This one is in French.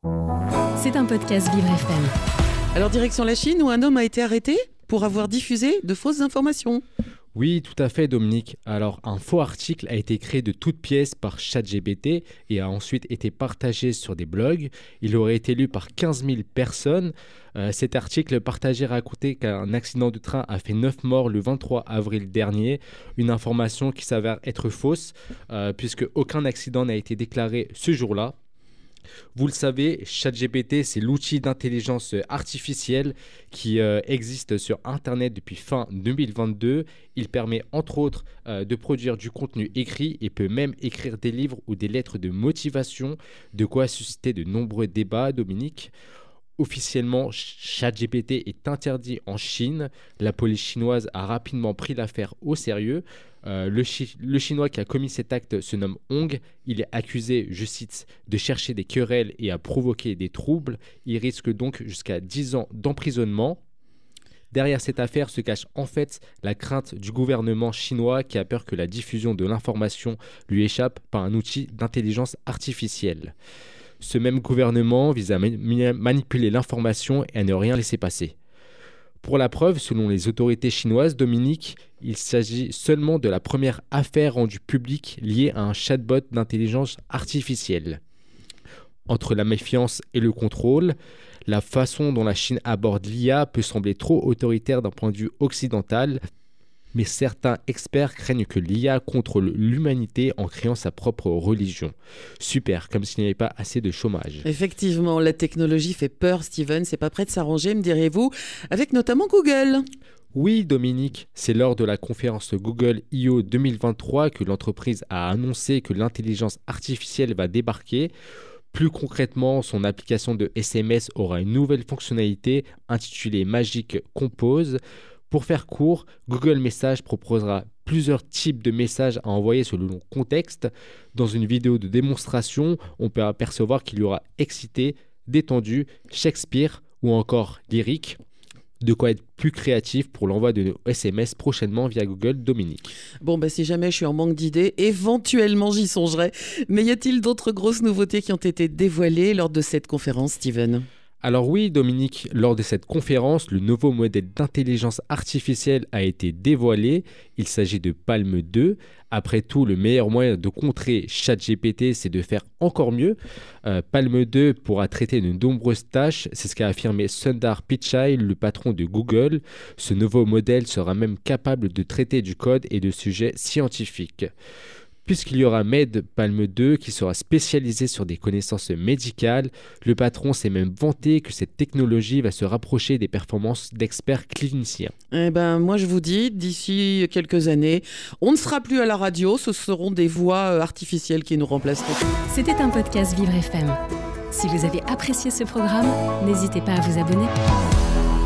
C'est un podcast Vivre FM. Alors direction la Chine où un homme a été arrêté pour avoir diffusé de fausses informations. Oui, tout à fait, Dominique. Alors, un faux article a été créé de toutes pièces par ChatGPT et a ensuite été partagé sur des blogs. Il aurait été lu par 15 000 personnes. Cet article partagé racontait qu'un accident de train a fait 9 morts le 23 avril dernier. Une information qui s'avère être fausse puisque aucun accident n'a été déclaré ce jour-là. Vous le savez, ChatGPT, c'est l'outil d'intelligence artificielle qui existe sur Internet depuis fin 2022. Il permet entre autres de produire du contenu écrit et peut même écrire des livres ou des lettres de motivation, de quoi susciter de nombreux débats, Dominique. Officiellement, ChatGPT est interdit en Chine. La police chinoise a rapidement pris l'affaire au sérieux. Le Chinois qui a commis cet acte se nomme Hong. Il est accusé, je cite, de chercher des querelles et à provoquer des troubles. Il risque donc jusqu'à 10 ans d'emprisonnement. Derrière cette affaire se cache en fait la crainte du gouvernement chinois qui a peur que la diffusion de l'information lui échappe par un outil d'intelligence artificielle. Ce même gouvernement vise à manipuler l'information et à ne rien laisser passer. Pour la preuve, selon les autorités chinoises, Dominique, il s'agit seulement de la première affaire rendue publique liée à un chatbot d'intelligence artificielle. Entre la méfiance et le contrôle, la façon dont la Chine aborde l'IA peut sembler trop autoritaire d'un point de vue occidental, mais certains experts craignent que l'IA contrôle l'humanité en créant sa propre religion. Super, comme s'il n'y avait pas assez de chômage. Effectivement, la technologie fait peur, Steven. C'est pas prêt de s'arranger, me direz-vous, avec notamment Google. Oui, Dominique, c'est lors de la conférence Google I.O. 2023 que l'entreprise a annoncé que l'intelligence artificielle va débarquer. Plus concrètement, son application de SMS aura une nouvelle fonctionnalité intitulée Magic Compose. Pour faire court, Google Messages proposera plusieurs types de messages à envoyer selon le contexte. Dans une vidéo de démonstration, on peut apercevoir qu'il y aura excité, détendu, Shakespeare ou encore lyrique. De quoi être plus créatif pour l'envoi de nos SMS prochainement via Google, Dominique. Bon, si jamais je suis en manque d'idées, éventuellement j'y songerai. Mais y a-t-il d'autres grosses nouveautés qui ont été dévoilées lors de cette conférence, Steven ? Alors oui, Dominique, lors de cette conférence, le nouveau modèle d'intelligence artificielle a été dévoilé. Il s'agit de Palm 2. Après tout, le meilleur moyen de contrer ChatGPT, c'est de faire encore mieux. Palm 2 pourra traiter de nombreuses tâches. C'est ce qu'a affirmé Sundar Pichai, le patron de Google. Ce nouveau modèle sera même capable de traiter du code et de sujets scientifiques. Puisqu'il y aura Med Palm 2 qui sera spécialisé sur des connaissances médicales, le patron s'est même vanté que cette technologie va se rapprocher des performances d'experts cliniciens. Moi je vous dis, d'ici quelques années, on ne sera plus à la radio, ce seront des voix artificielles qui nous remplaceront. C'était un podcast Vivre FM. Si vous avez apprécié ce programme, n'hésitez pas à vous abonner.